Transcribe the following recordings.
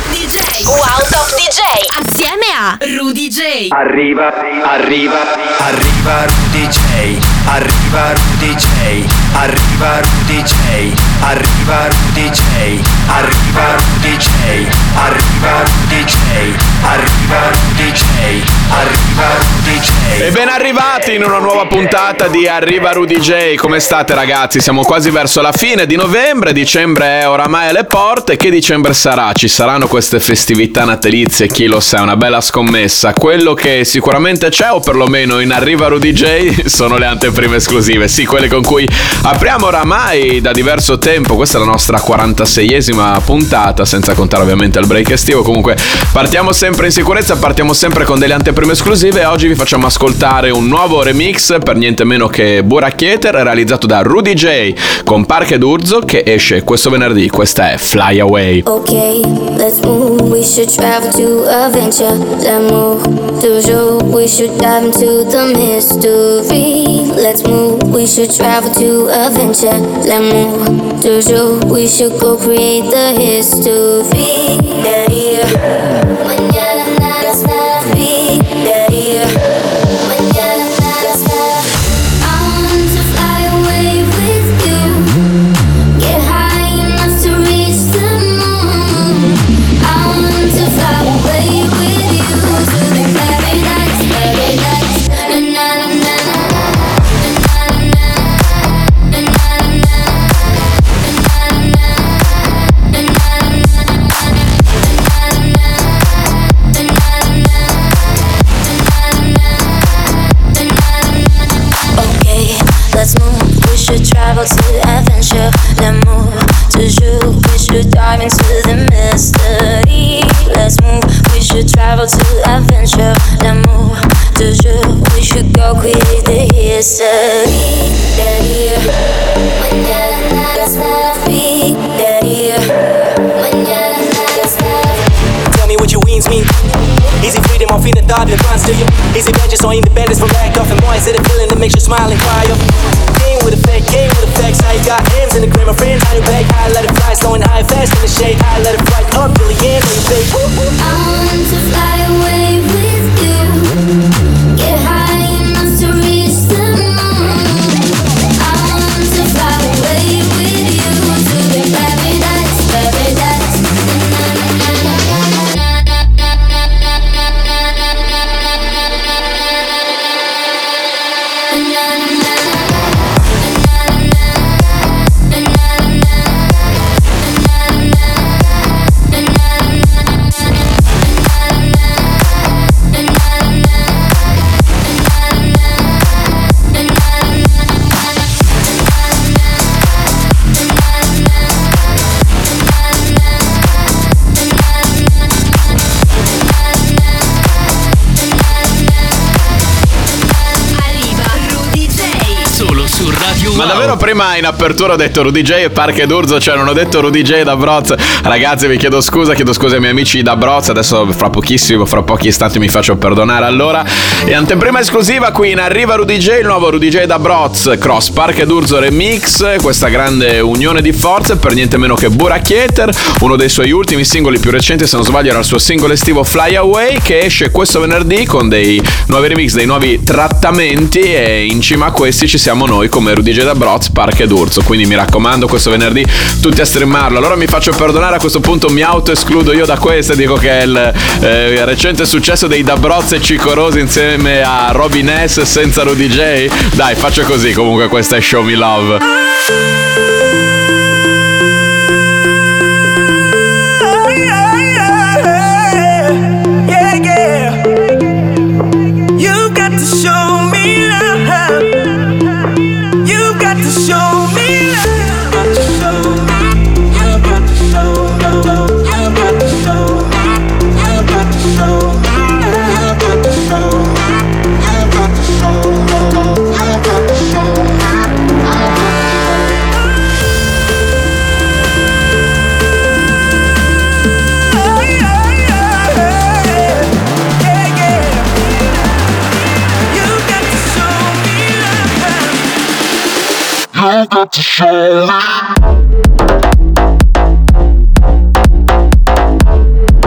Top DJ. Wow Top DJ. Assieme a Rudy J. Arriva Rudy J. Arriva Rudy J. Arriva Rudy J. Arriva Rudy J. Arriva Rudy J. Arriva Rudy J. Arriva Rudy J. Arriva Rudy J. E ben arrivati in una nuova puntata di Arriva Rudy J. Come state ragazzi? Siamo quasi verso la fine di novembre. Dicembre è oramai alle porte. Che dicembre sarà? Ci saranno queste festività natalizie? Chi lo sa, è una bella scommessa. Quello che sicuramente c'è, o perlomeno in Arriva Rudy J, sono le anteprime esclusive. Sì, quelle con cui apriamo oramai da diverso tempo. Questa è la nostra 46esima puntata, senza contare ovviamente il break estivo. Comunque partiamo sempre in sicurezza, partiamo sempre con delle anteprime esclusive. Oggi vi facciamo ascoltare un nuovo remix per niente meno che Burakieter, realizzato da Rudy J con Park ed Urzo, che esce questo venerdì. Questa è Fly Away. Okay, let's move, we should travel to adventure. Let's move, toujours, we should dive into the mystery. Let's move, we should travel to adventure. Let's move, toujours, we should go create the history. Yeah. Travel to adventure, let's move. Toujours, we should dive into the mystery. Let's move, we should travel to adventure, let's move. Toujours, we should go create the history. Tell me what your wings mean. Is it freedom or feeling thought that runs to you? Is it vengeance or independence from lack of? And more, is it a feeling that makes you smile and cry up? Game with effects. Now you got hands in the green, my friends on your back. I let it fly, slowing high fast in the shade. I let it fly up till the end of your face. I want to fly away with you. Get high enough to reach the moon. I want to fly away with you to the paradise, paradise. Ma davvero prima in apertura ho detto Rudy J e Park ed Urzo, cioè non ho detto Rudy J da Broz. Ragazzi, vi chiedo scusa ai miei amici da Broz. Adesso fra pochi istanti mi faccio perdonare. Allora, e anteprima esclusiva qui in Arriva Rudy J, il nuovo Rudy J da Broz, cross Park ed Urzo remix. Questa grande unione di forze per niente meno che Burakieter, uno dei suoi ultimi singoli più recenti, se non sbaglio era il suo singolo estivo Fly Away, che esce questo venerdì con dei nuovi remix, dei nuovi trattamenti, e in cima a questi ci siamo noi come Rudy J da Broz, Park ed Urzo. Quindi mi raccomando, questo venerdì tutti a streamarlo. Allora mi faccio perdonare, a questo punto mi autoescludo io da questo e dico che è il recente successo dei Da Broz e Cicorosi insieme a Robin S senza Rudy J. Dai, faccio così, comunque questa è Show Me Love. You got to show me.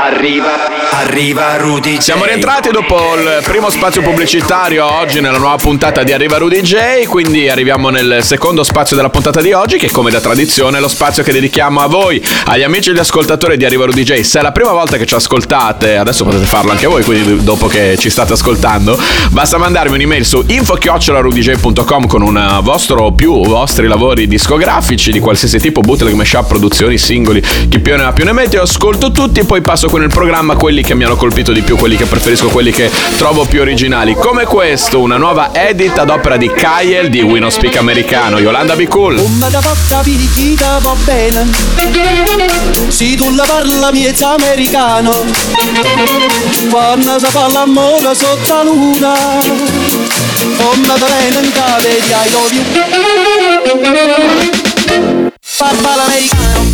Arriva Rudy J. Siamo rientrati dopo il primo spazio pubblicitario oggi nella nuova puntata di Arriva Rudy J, quindi arriviamo nel secondo spazio della puntata di oggi, che come da tradizione è lo spazio che dedichiamo a voi, agli amici e agli ascoltatori di Arriva Rudy J. Se è la prima volta che ci ascoltate, adesso potete farlo anche voi, quindi dopo che ci state ascoltando, basta mandarmi un'email su info@rudj.com con un vostro o più vostri lavori discografici di qualsiasi tipo, bootleg, mashup, produzioni, singoli, chi più ne ha più ne mette. Io ascolto tutti e poi passo con il programma quelli che mi hanno colpito di più, quelli che preferisco, quelli che trovo più originali, come questo, una nuova edit ad opera di Kyle di We No Speak Americano, Yolanda Be Cool. Come da porta picchita va bene, se tu la parla miezza americano, quando si fa l'amore sotto la luna, come da bene in cave di I love you, papà l'americano.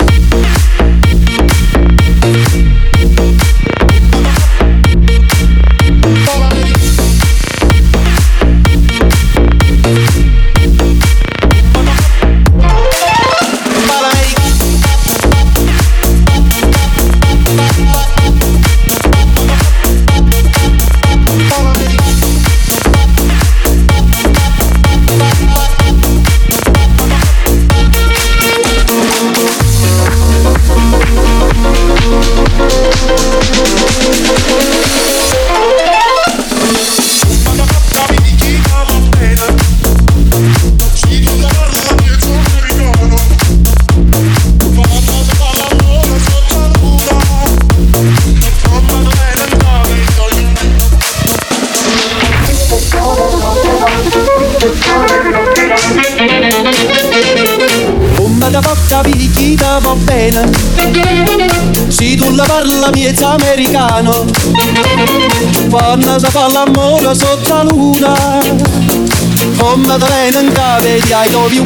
Va bene, se tu la parla miezza americano, quando si fa l'amore sotto la luna, come da bene in cave di I love you.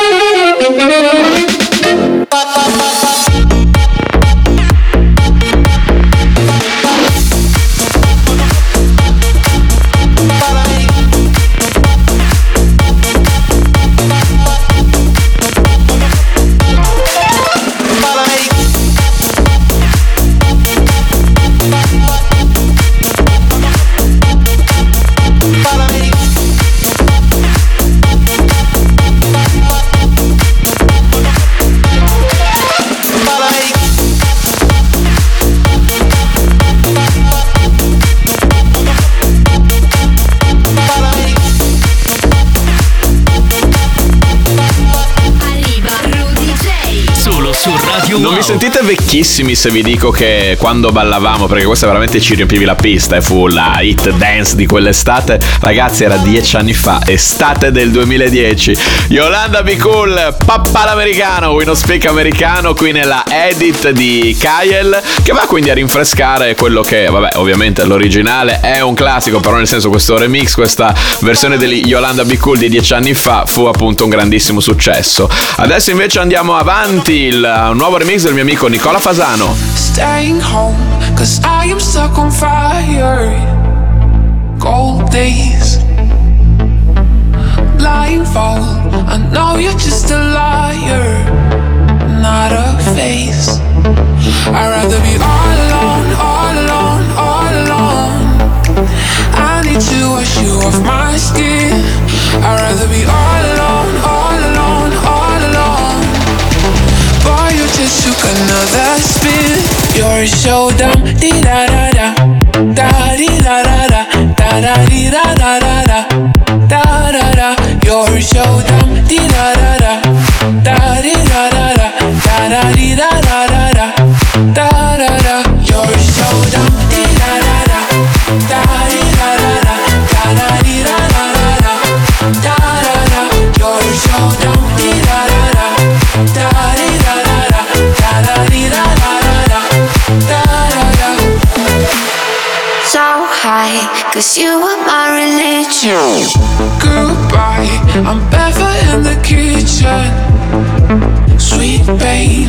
Non mi sentite vecchissimi se vi dico che quando ballavamo, perché questa veramente ci riempivi la pista e fu la hit dance di quell'estate, ragazzi, era 10 anni fa, estate del 2010. Yolanda Be Cool, papà l'americano, We No Speak Americano, qui nella edit di Kyle, che va quindi a rinfrescare quello che, vabbè, ovviamente l'originale è un classico, però nel senso questo remix, questa versione di Yolanda Be Cool di 10 anni fa fu appunto un grandissimo successo. Adesso invece andiamo avanti, il nuovo remix del mio amico Nicola Fasano. Staying home, cause I am stuck on fire. Cold days, blindfold, I know you're just a liar, not a face. I'd rather be all alone, all alone, all alone. I need to wash you off my skin. I'd rather be all alone, all alone, all alone. Boy, you just took another spin. You're a showdown, dee da da da, da dee da da da, da da dee da da da da, da da da. You're a showdown, dee da da da, da dee da da da, da da dee da da da da, da da da. You're a showdown, dee da da da, da dee da da da, da da dee da da da da, da da da. You're a showdown, dee da da da, da dee da da da, da da dee da da da da, da da da. So high, cause you are my religion. Goodbye, I'm barefoot in the kitchen. Sweet pain,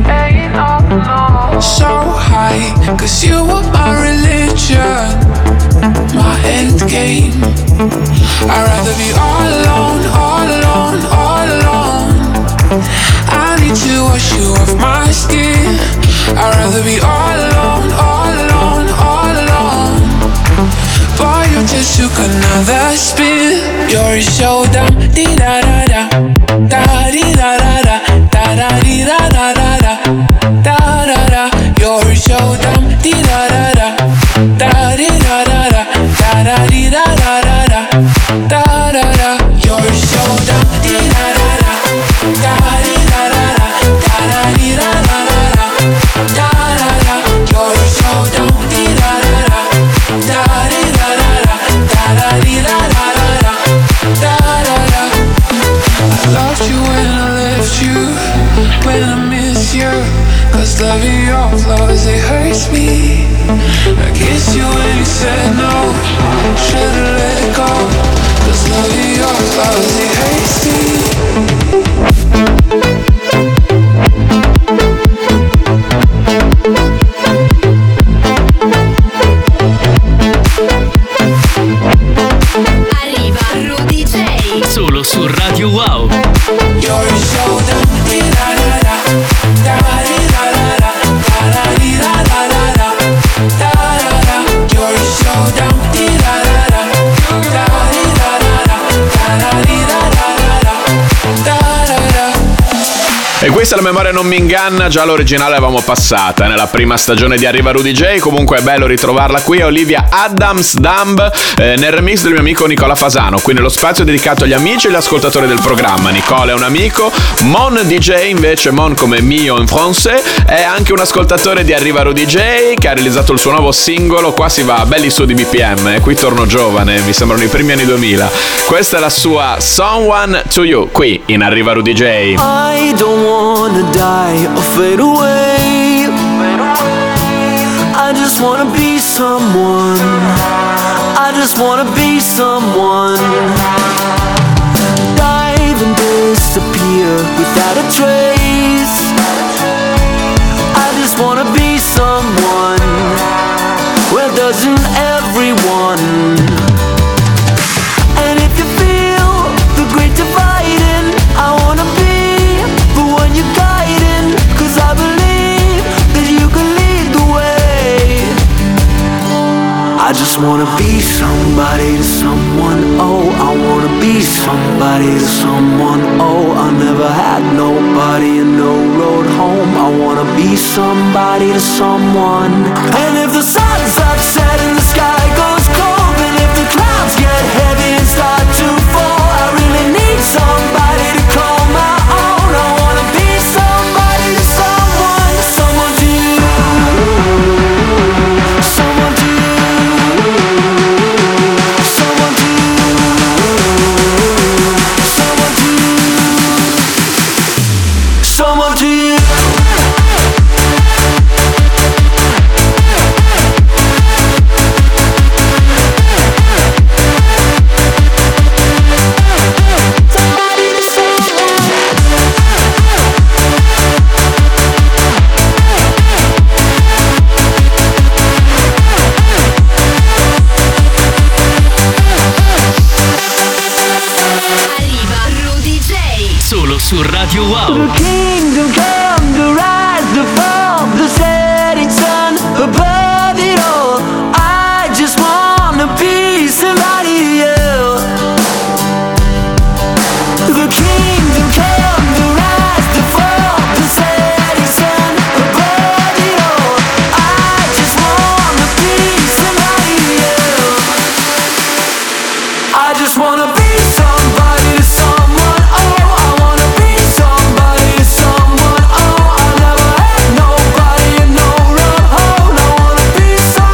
so high, cause you are my religion, my end game. I'd rather be all alone, all alone, all alone. I need to wash you off my skin. I'd rather be all alone, all alone, all alone. Boy, you just took another spin. You're a showdown, dee da da da, da dee da da da, da da dee da da da da, da da da. You're a showdown, dee da da da, da dee da da da, da da dee da da da da, da da da. You're a showdown, dee da da da, da dee da da da, da da dee da da da da, da da da. You're a showdown, dee da da da, da dee da da da, da da dee da da da da, da da da. I loved you when I left you, when I miss you. 'Cause loving your flaws, it hurts me. I kissed you when you said no, should've let go. 'Cause loving your flaws, it hurts me. Arriva Rudy J. Solo su Radio Wow. You're a showdown, dee da da da, da dee da da da, da da dee da da da da, da da da. You're a showdown, dee da da da, da dee da da da, da da dee da da da, da da da. E questa, la memoria non mi inganna, già l'originale l'avevamo passata nella prima stagione di Arriva Rudy J. Comunque è bello ritrovarla qui, Olivia Adams-Dumb, nel remix del mio amico Nicola Fasano. Qui nello spazio dedicato agli amici e agli ascoltatori del programma. Nicola è un amico, Mon DJ invece, Mon come mio in français, è anche un ascoltatore di Arriva Rudy J, che ha realizzato il suo nuovo singolo. Qua si va belli su di BPM, qui torno giovane, mi sembrano i primi anni 2000. Questa è la sua Someone to You, qui in Arriva Rudy J. I don't wanna die or fade away. I just wanna be someone. I just wanna be someone. Dive and disappear without a trace. I just wanna be someone. Well, doesn't everyone? And if you feel the great dividing, I wanna be the one you're guiding. 'Cause I believe that you can lead the way. I just wanna be somebody to someone. Oh, I wanna be somebody to someone. Oh, I never had nobody and no road home. I wanna be somebody to someone. And if the sun's upset and the sky goes cold, and if the clouds get heavy and start to fall, I really need somebody to call my own. I wanna be somebody to someone. Someone to you. Someone to you. Someone to you. Someone to you. Someone to you. Arriva Rudy J. Solo su Radio Wow. The kingdom come, the rise, the fall, the setting sun above it all. I just wanna be somebody to you. The kingdom come, the rise, the fall, the setting sun above it all. I just wanna be somebody to you. I just wanna be somebody to someone. Oh, I wanna be somebody to someone. Oh, I never had nobody and no road home. I wanna be somebody.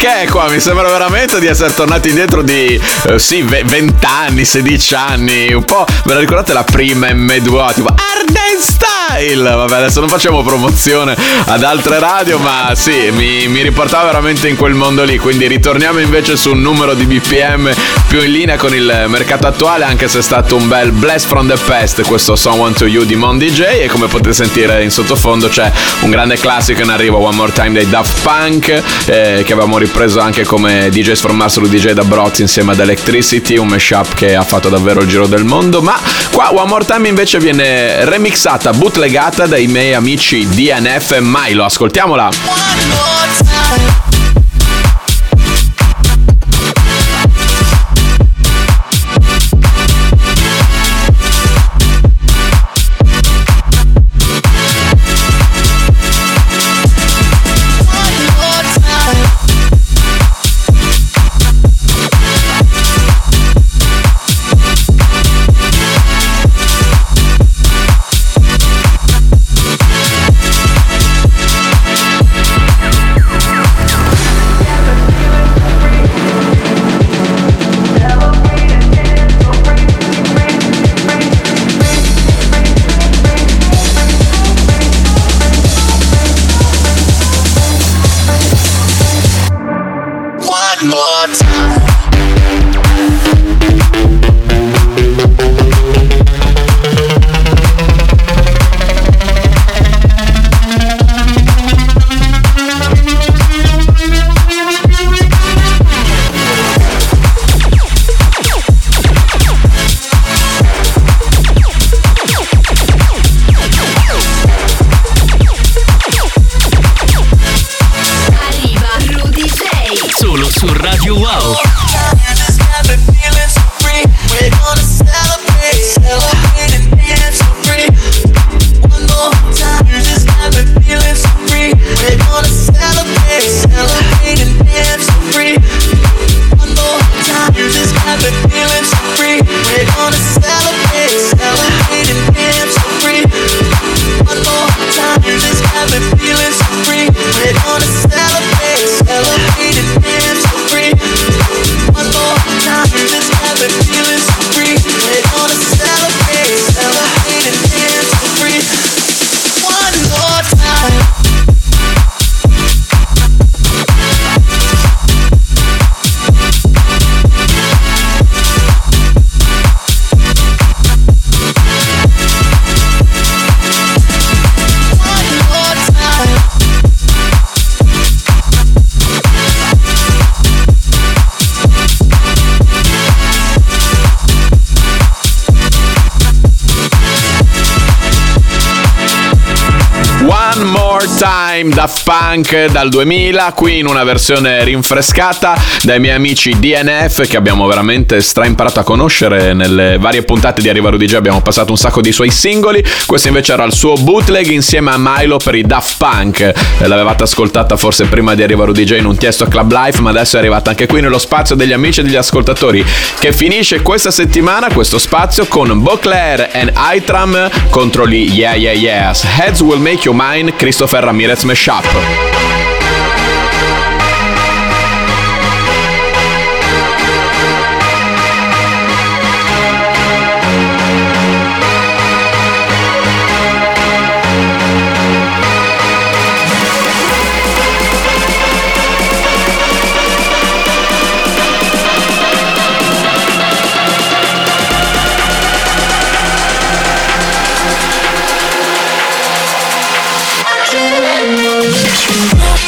Perché qua mi sembra veramente di essere tornati indietro di 20 anni, 16 anni, un po'. Ve la ricordate la prima M2, tipo Arden Style? Vabbè, adesso non facciamo promozione ad altre radio, ma sì, mi riportava veramente in quel mondo lì. Quindi ritorniamo invece su un numero di BPM più in linea con il mercato attuale, anche se è stato un bel blast from the past questo Someone to You di Mon DJ. E come potete sentire in sottofondo c'è un grande classico in arrivo, One More Time dei Daft Punk, che avevamo ripreso anche come DJs from Mars, DJ da Broz insieme ad Electricity, un mashup che ha fatto davvero il giro del mondo. Ma qua One More Time invece viene remixata, bootlegata dai miei amici DNF e Milo. Ascoltiamola. One more time. Daft Punk dal 2000, qui in una versione rinfrescata dai miei amici DNF, che abbiamo veramente imparato a conoscere nelle varie puntate di Arriva Rudy J. Abbiamo passato un sacco di suoi singoli. Questo invece era il suo bootleg insieme a Milo per i Daft Punk. L'avevate ascoltata forse prima di Arriva Rudy J in un Tiesto Club Life, ma adesso è arrivata anche qui nello spazio degli amici e degli ascoltatori, che finisce questa settimana questo spazio con Beauclair and Itram contro gli Yeah Yeah Yeahs. Heads Will Make You Mine, Christopher Ramirez Mashup. We'll be right back.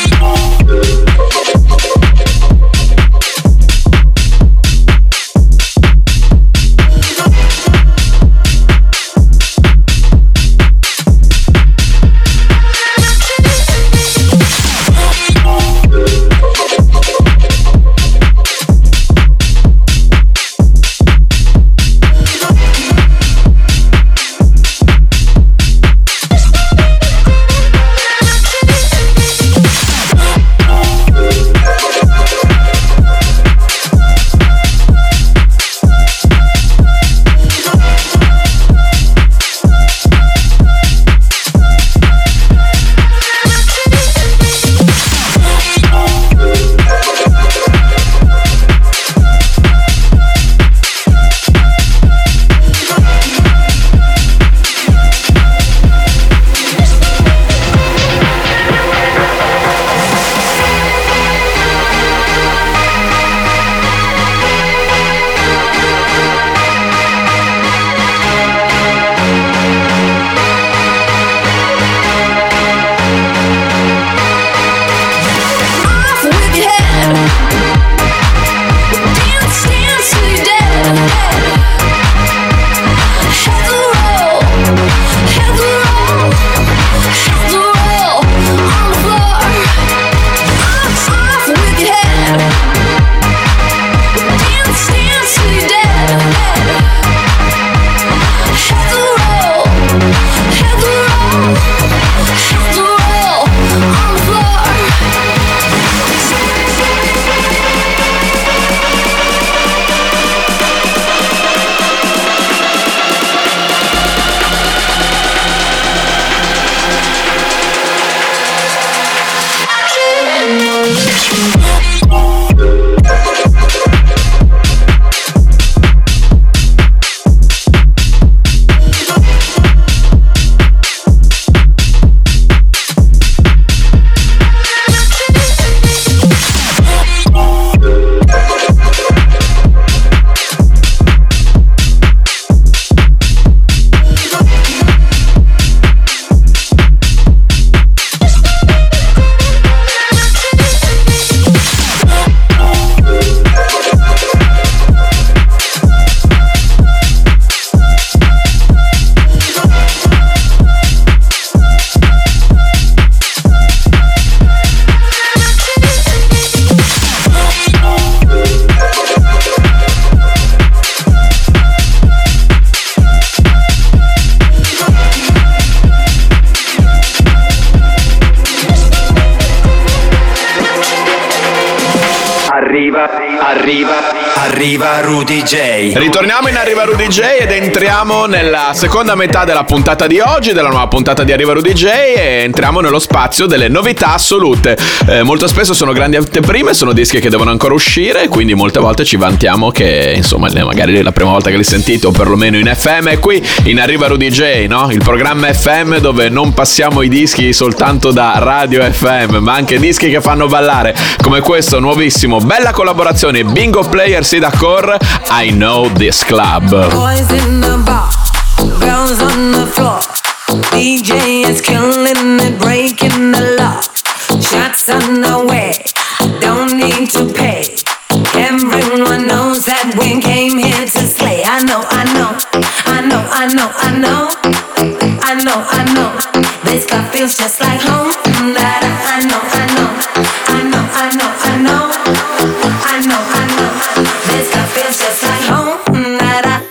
Arriva Rudy J. Ritorniamo in Arriva Rudy J ed entriamo nella seconda metà della puntata di oggi, della nuova puntata di Arriva Rudy J, e entriamo nello spazio delle novità assolute. Molto spesso sono grandi anteprime, sono dischi che devono ancora uscire, quindi molte volte ci vantiamo che insomma magari la prima volta che li sentite, o perlomeno in FM, è qui in Arriva Rudy J, no? Il programma FM dove non passiamo i dischi soltanto da radio FM, ma anche dischi che fanno ballare, come questo nuovissimo, bella collaborazione Bingo Players e D'accord, I Know This Club. Boys in the bar, girls on the floor, DJ is killing it, breaking the law. Shots on the way, don't need to pay. Everyone knows that we came here to slay. I know, I know, I know, I know, I know, I know, I know. This club feels just like home. That I know, I know, I know, I know, I know, I know, I know. This club feels just like home. That I.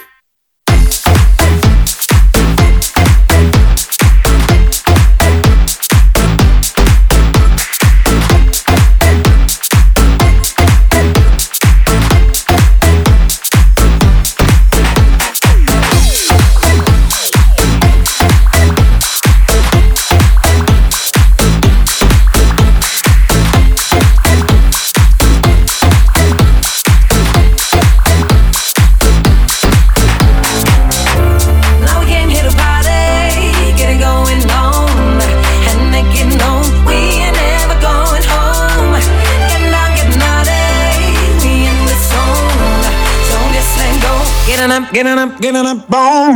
Getting up, boom.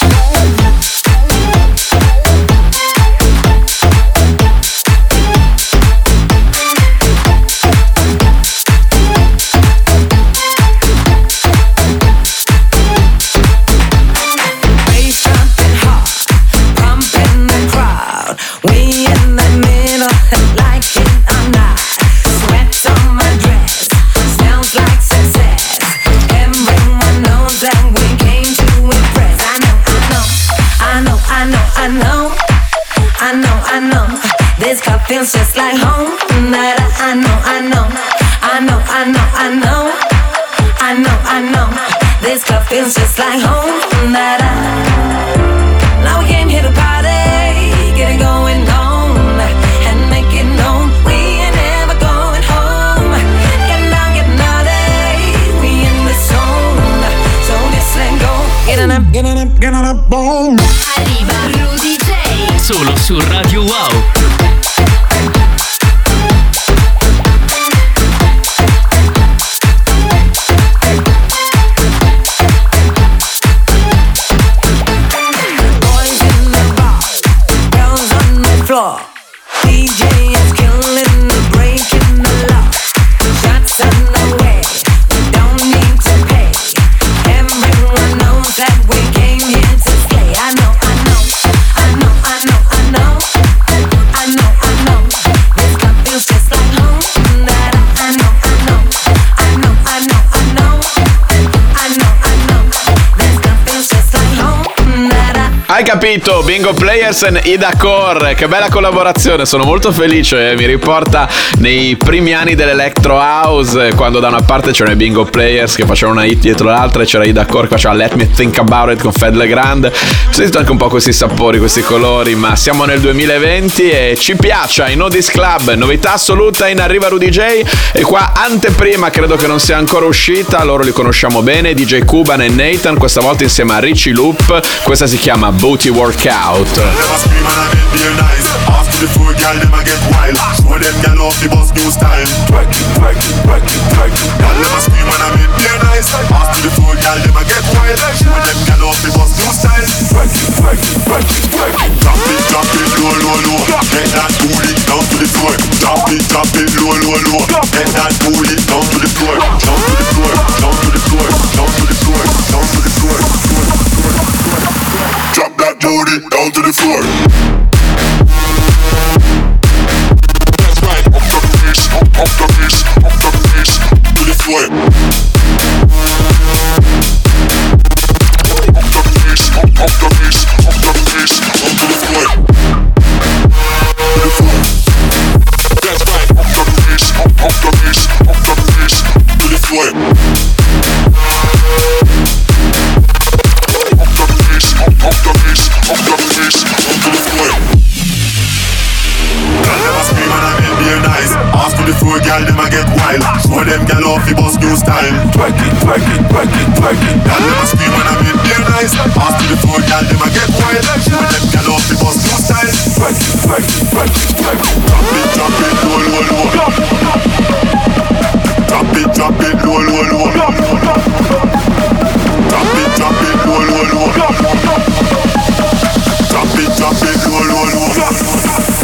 Feels just like home. That I know, I know, I know, I know, I know, I know, I know. This club feels just like home. That I. Now we came here to party, get it going on, and make it known we ain't never going home. Getting down, getting naughty, we in the zone. So just let go. Getting up, getting up, getting up, boom. Arriva Rudy J. Solo su Radio Wow. DJ is killing the breaking the law. Shots on the way, we don't need to pay. Everyone knows that we came here to slay. I know, I know, I know, I know, I know, I know, I know. This club feels just like home. That I know, I know, I know, I know, I know, I know, I know. This club feels just like home. That I. Hai capito? Bingo Players e Ida Core, che bella collaborazione, sono molto felice, mi riporta nei primi anni dell'Electro House, quando da una parte c'erano i Bingo Players che facevano una hit dietro l'altra, e c'era Ida Core che faceva Let Me Think About It con Fed Legrand. Ho sentito anche un po' questi sapori, questi colori, ma siamo nel 2020 e ci piace. I Know This Club, novità assoluta in Arriva Rudy J, e qua anteprima credo che non sia ancora uscita, loro li conosciamo bene, DJ Cuban e Nathan, questa volta insieme a Richie Loop, questa si chiama Booty Workout. After the four girl, them a get wild. Show them girl off the bus new style. Twerk it, twerk it, twerk it, twerk it. Girl, them a scream and a make their nice. After the four girl, them a get wild. Show them girl off the bus new style. Twerk it, twerk it, twerk it, twerk it. Drop it, low, low, low. Get that booty down to the floor. Drop it, low, low, low. Get that booty down to the floor. Down to the floor, down to the floor, down to the floor, down to the floor. Drop that booty down to the floor. That's right, up the piece, up the piece, up the piece, to the floor. Up the piece, up the piece, up the piece, up to the floor. To the floor. That's right, up the piece, up the piece, up the piece, floor, girl, them a get wild. Show them girl off the bus new style. Twerk it, twerk it, twerk it, twerk it. Girl, them a scream and I make their nice. Pass to the floor, girl, them a get wild. Show them girl off the bus new style. Twerk it, twerk it, twerk it, twerk it. Drop it, roll, roll, roll. Drop it, roll, roll, roll. Drop it, roll, roll, roll. Drop it, roll, roll, roll.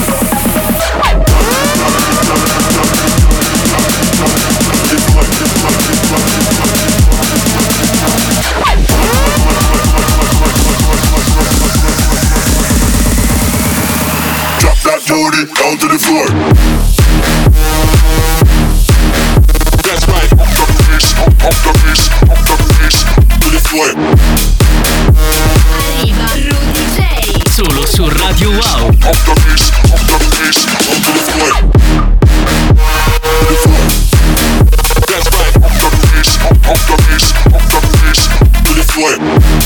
Drop that booty down to the floor. That's right, up the face, up the face, up the face, to the floor. Arriva Rudy J. Solo su Radio Wow. Up the face, down to the floor. To the floor. That's right, up the face, to the floor.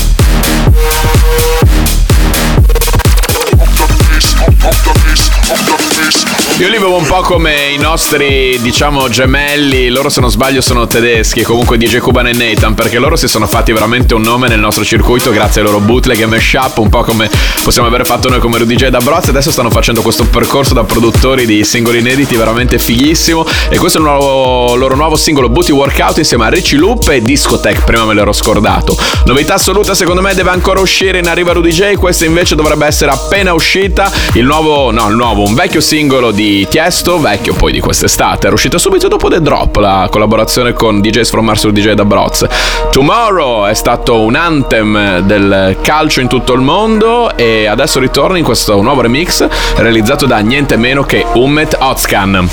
Io li vedo un po' come i nostri, diciamo, gemelli. Loro, se non sbaglio, sono tedeschi. Comunque DJ Kuban e Nathan, perché loro si sono fatti veramente un nome nel nostro circuito grazie ai loro bootleg e mashup, un po' come possiamo aver fatto noi come Rudy J da Broz. Adesso stanno facendo questo percorso da produttori di singoli inediti veramente fighissimo. E questo è il loro nuovo singolo, Booty Workout, insieme a Richie Loop e Discotech. Prima me l'ero scordato. Novità assoluta, secondo me deve ancora uscire in Arriva Rudy J. Questa invece dovrebbe essere appena uscita. Un vecchio singolo di Tiesto, vecchio poi di quest'estate, era uscito subito dopo The Drop, la collaborazione con DJs from Mars DJ da Broz. Tomorrow è stato un anthem del calcio in tutto il mondo e adesso ritorna in questo nuovo remix realizzato da niente meno che Ummet Özkan.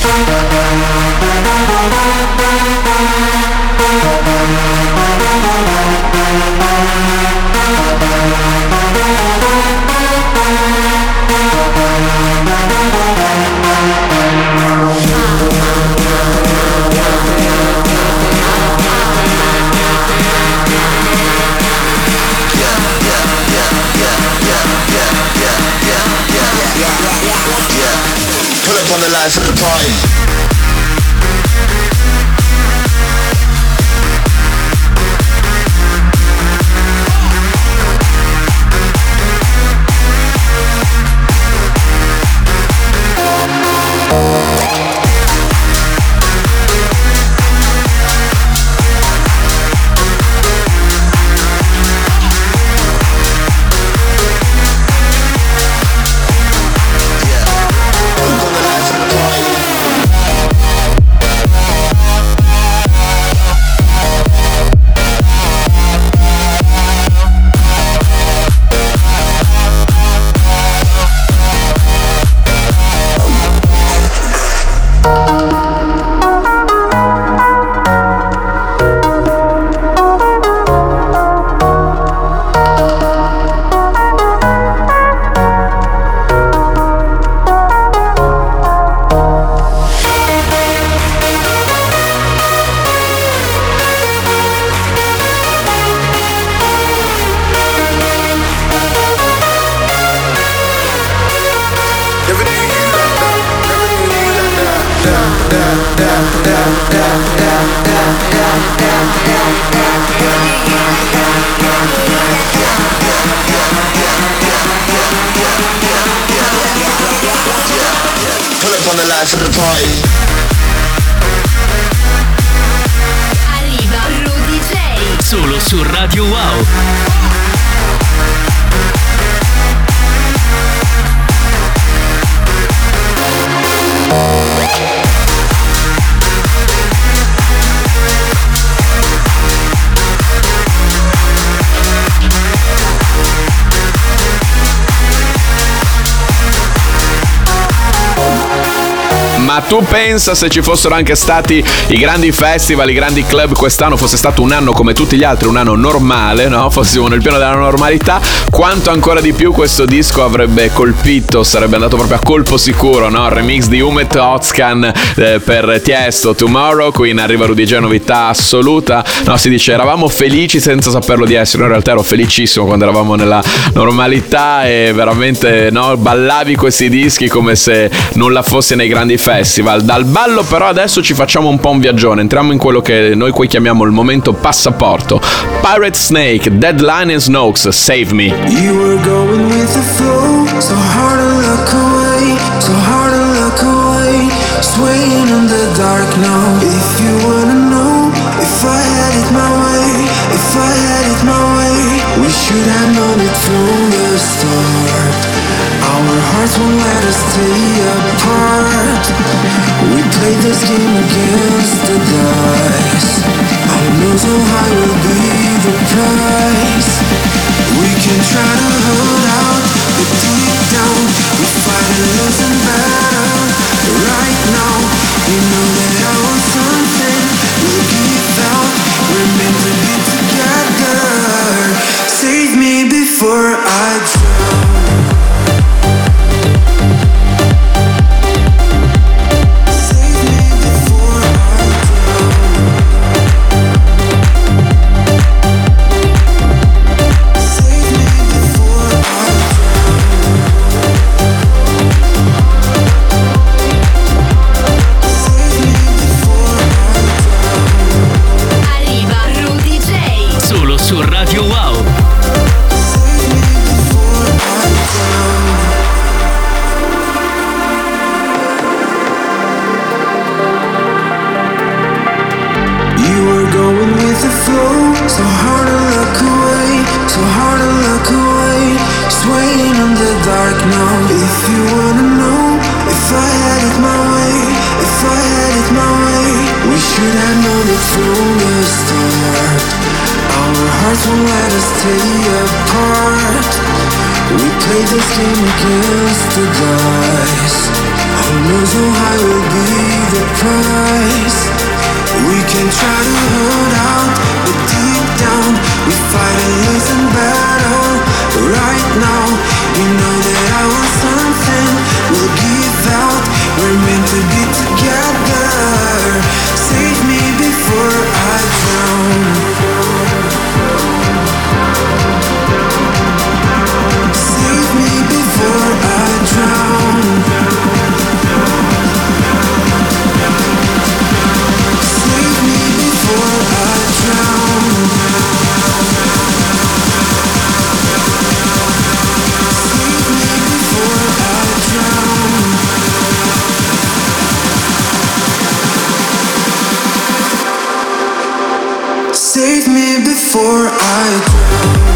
On the lights of the party. Arriva Rudy J. Solo su Radio Wow. Ma tu pensa se ci fossero anche stati i grandi festival, i grandi club quest'anno, fosse stato un anno come tutti gli altri, un anno normale, no? Fossimo nel pieno della normalità, quanto ancora di più questo disco avrebbe colpito, sarebbe andato proprio a colpo sicuro, no? Il remix di Ummet Özkan per Tiesto, Tomorrow, qui in Arriva Rudy J, novità assoluta. No, si dice eravamo felici senza saperlo di essere, in realtà ero felicissimo quando eravamo nella normalità e veramente, no, ballavi questi dischi come se nulla fosse nei grandi festival. Festival. Dal ballo però adesso ci facciamo un po' un viaggione, entriamo in quello che noi qui chiamiamo il momento passaporto. Pirate Snake, Deadline and Snokes, Save Me. You were going with the flow, so hard to look away, so hard to look away, swaying in the dark now. If you wanna know, if I had it my way, if I had it my way, we should have known it from the start. Our hearts won't let us stay apart. We played this game against the dice. Who knows how high will be the price? We can try to hold out, but deep down we fight a losing battle. Right now, we know that our something will give out. We're meant to be together. Save me before I drown. Su Radio Wow. You were going with the flow, so hard to look away, so hard to look away, swaying in the dark now. If you wanna know, if I had it my way, if I had it my way, we should have known it from the start. Our hearts won't let us stay apart. We played this game against the dice. Who knows how high will be the price? We can try to hold out, but deep down we fight a losing battle. Right now, we know that our something will give out. We're meant to be together. Save me before I drown. Save me before I drown.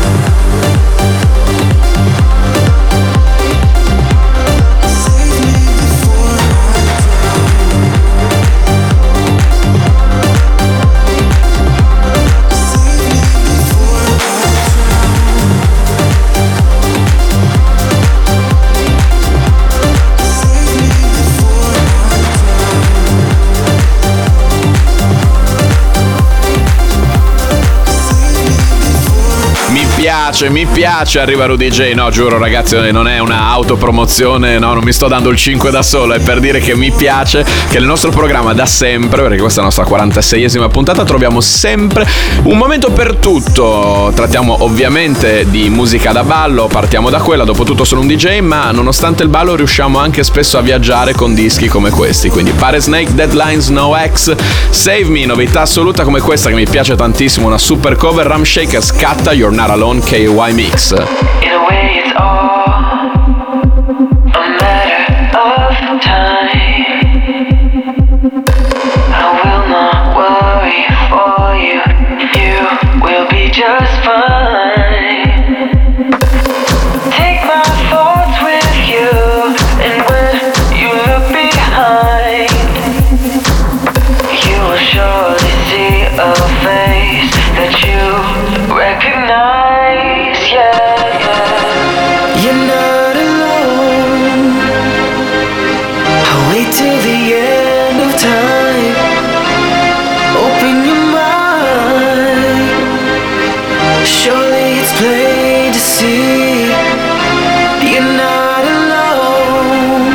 Mi piace, arriva Rudy J. No, giuro ragazzi, non è una autopromozione, no, non mi sto dando il 5 da solo, è per dire che mi piace che il nostro programma da sempre, perché questa è la nostra 46esima puntata, troviamo sempre un momento per tutto. Trattiamo ovviamente di musica da ballo, partiamo da quella, dopo tutto sono un DJ, ma nonostante il ballo riusciamo anche spesso a viaggiare con dischi come questi. Quindi Pirate Snake, Deadlines, No X, Save Me, novità assoluta come questa che mi piace tantissimo, una super cover, Ram Shaker scatta You're Not Alone, KY Mix. In a way it's all a matter of time. I will not worry for you. You will be just fine. Take my thoughts with you, and when you look behind, you will surely see a face that you recognize. You're not alone. I'll wait till the end of time. Open your mind. Surely it's plain to see. You're not alone.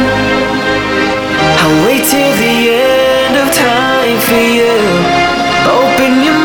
I'll wait till the end of time for you. Open your mind.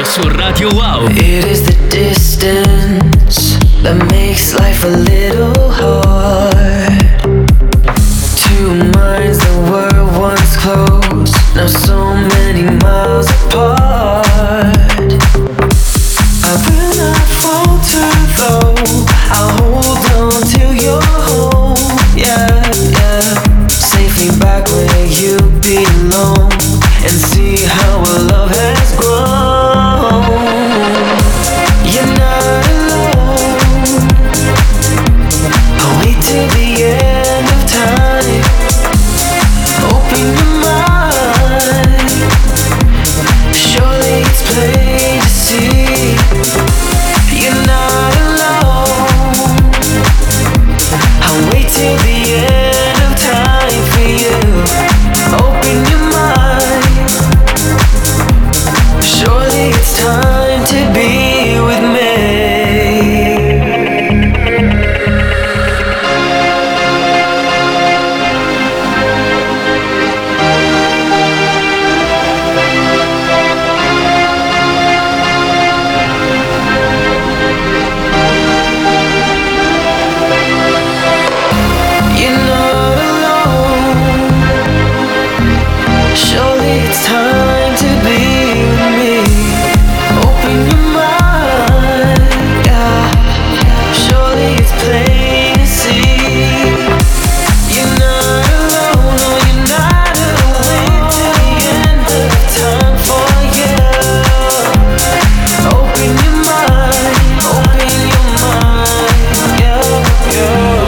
su Radio Wow. It is the distance that makes life a little hard. Two minds that were once close, now so many miles apart. I will not falter though, I'll hold on till you're home. Yeah, yeah. Safely back where you belong, and see how our love has grown. You're not alone. I'll wait till the end of time. Open your mind. Surely it's plain to see. You're not alone. I'll wait till the end of time for you. Open your mind. Surely it's time to be with me. You're not alone. Surely it's time to be with me. Open your mind, yeah. Surely it's plain to see. You're not alone, no, you're not alone. Till the end of time for you. Open your mind, yeah, yeah.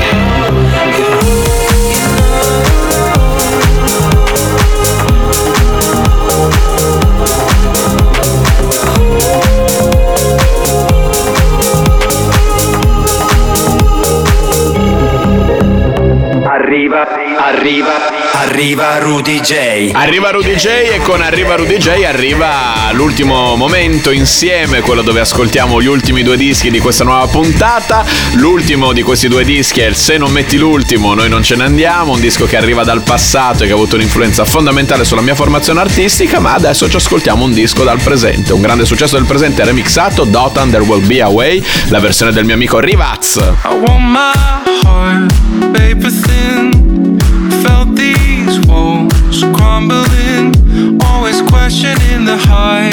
Arriva Rudy J. Arriva Rudy J e con Arriva Rudy J arriva l'ultimo momento insieme, quello dove ascoltiamo gli ultimi due dischi di questa nuova puntata. L'ultimo di questi due dischi è il Se non metti l'ultimo noi non ce ne andiamo, un disco che arriva dal passato e che ha avuto un'influenza fondamentale sulla mia formazione artistica, ma adesso ci ascoltiamo un disco dal presente, un grande successo del presente remixato, Dotan There Will Be a Way, la versione del mio amico Rivaz. I want my heart paper thin. Felt these walls crumbling. Always questioning the height.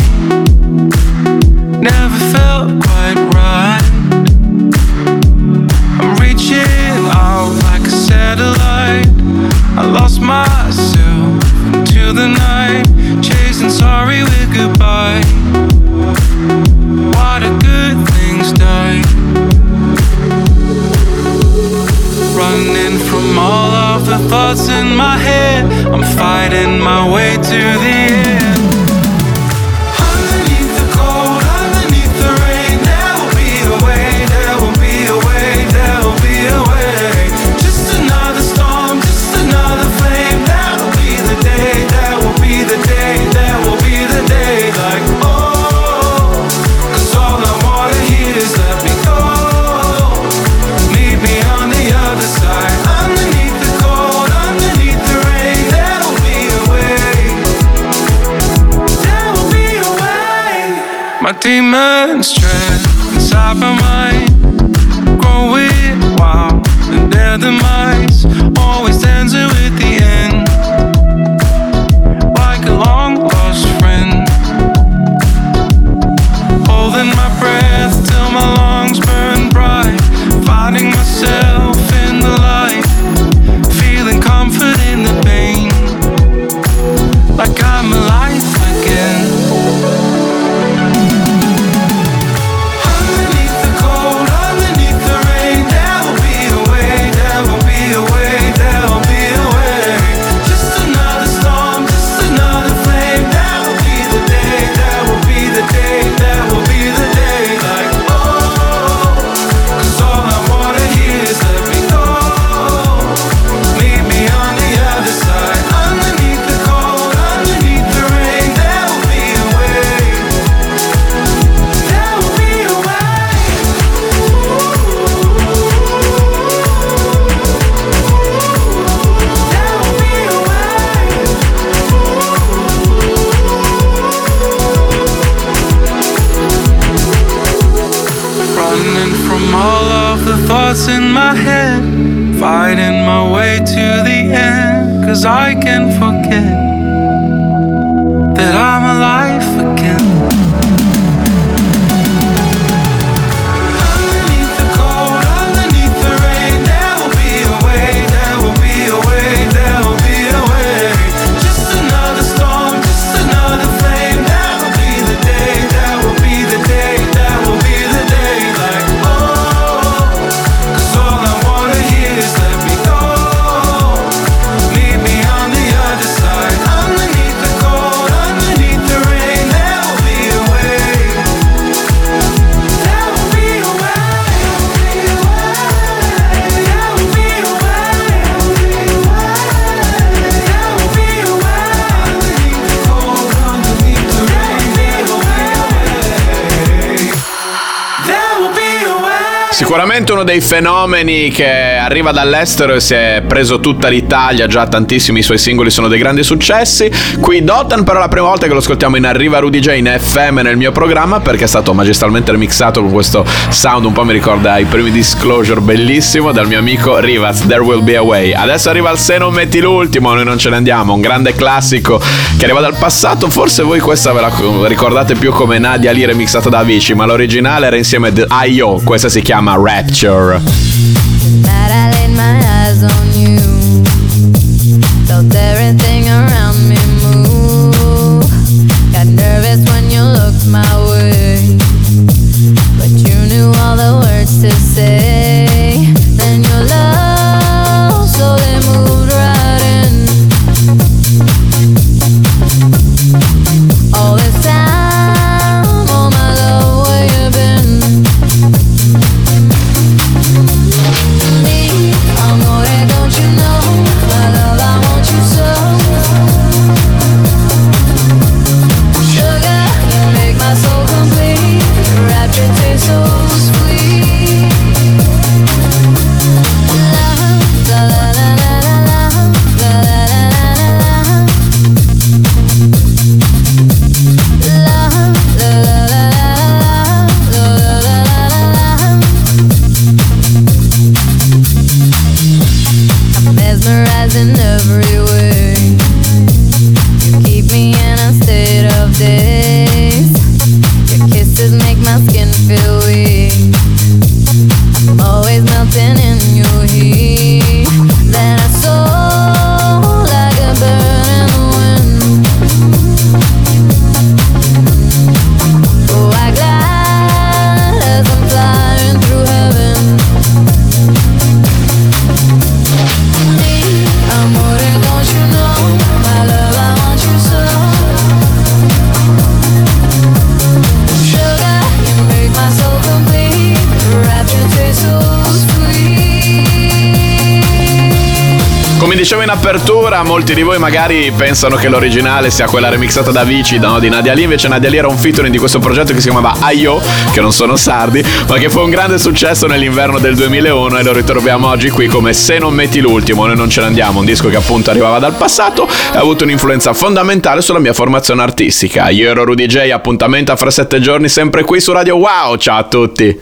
Never felt quite right. I'm reaching out like a satellite. I lost myself into the night, chasing sorry with goodbye. Why do good things die? Running from all of the thoughts in my head, I'm fighting my way to the end. Underneath the cold, underneath the rain, there will be a way, there will be a way, there will be a way. Just another storm, just another flame. That will be the day, that will be the day, that will be the day. Like, oh, 'cause all I wanna hear is let me go. Meet me on the other side. Underneath the cold, underneath the rain, there will be a way. There will be a way. My demons tread inside my mind, growing wild, and their demise always ends with the end. Like a long lost friend, holding my breath till my lungs burn bright, finding myself in the light, feeling comfort in the pain, like I'm alive again. Underneath the cold, underneath the rain, there will be a way, there will be a running from all of the thoughts in my head, fighting my way to the end, 'cause I can forget that I'm alive again. Underneath the cold, underneath the rain, there will be a way, there will be a way, there will be a way. Just another storm, just another flame. There will be the day, there will be the day, there will be the day. Like, oh, 'cause all I wanna hear is let me go. Meet me on the other side. Underneath the cold, underneath the rain, there will be a way. There will be a way. There will be a way. There will be a way. Underneath the cold, underneath the rain, there will be a way. There will be a way. Sicuramente uno dei fenomeni che arriva dall'estero e si è preso tutta l'Italia, già tantissimi suoi singoli sono dei grandi successi. Qui Dotan però è la prima volta che lo ascoltiamo in Arriva Rudy J in FM nel mio programma, perché è stato magistralmente remixato con questo sound, un po' mi ricorda i primi Disclosure, bellissimo, dal mio amico Rivaz, There Will Be a Way. Adesso arriva il Se non metti l'ultimo, noi non ce ne andiamo, un grande classico che arriva dal passato. Forse voi questa ve la ricordate più come Nadia Lee remixata da Avicii, ma l'originale era insieme a Io, questa si chiama Rapture. Night I laid my eyes on you, felt everything around me move, got nervous when you looked my way, but you knew all the words to say, then your love slowly moved right in. All this time, oh my love, where you been? Amore, don't you know, my love, I want you so. Sugar, you make my soul complete, rapture tastes so sweet. Love, la la la la la la, la la la la la. Love, la la la la la, la la la la la. I'm mesmerized in every way. You keep me in a state of daze. Your kisses make my skin feel weak. I'm always melting in your heat. Then I soar like a bird in the wind. Oh, I glide as I'm flying through heaven. Amore, don't you know, my love, I want you so. Sugar, you make my soul complete, rapture tastes so sweet. Come dicevo in apertura, molti di voi magari pensano che l'originale sia quella remixata da Avicii, no, di Nadia Lee. Invece Nadia Lee era un featuring di questo progetto che si chiamava Aio, che non sono sardi, ma che fu un grande successo nell'inverno del 2001 e lo ritroviamo oggi qui come Se non metti l'ultimo, noi non ce ne andiamo, un disco che appunto arrivava dal passato e ha avuto un'influenza fondamentale sulla mia formazione artistica. Io ero Rudy J, appuntamento fra 7 giorni sempre qui su Radio Wow, ciao a tutti!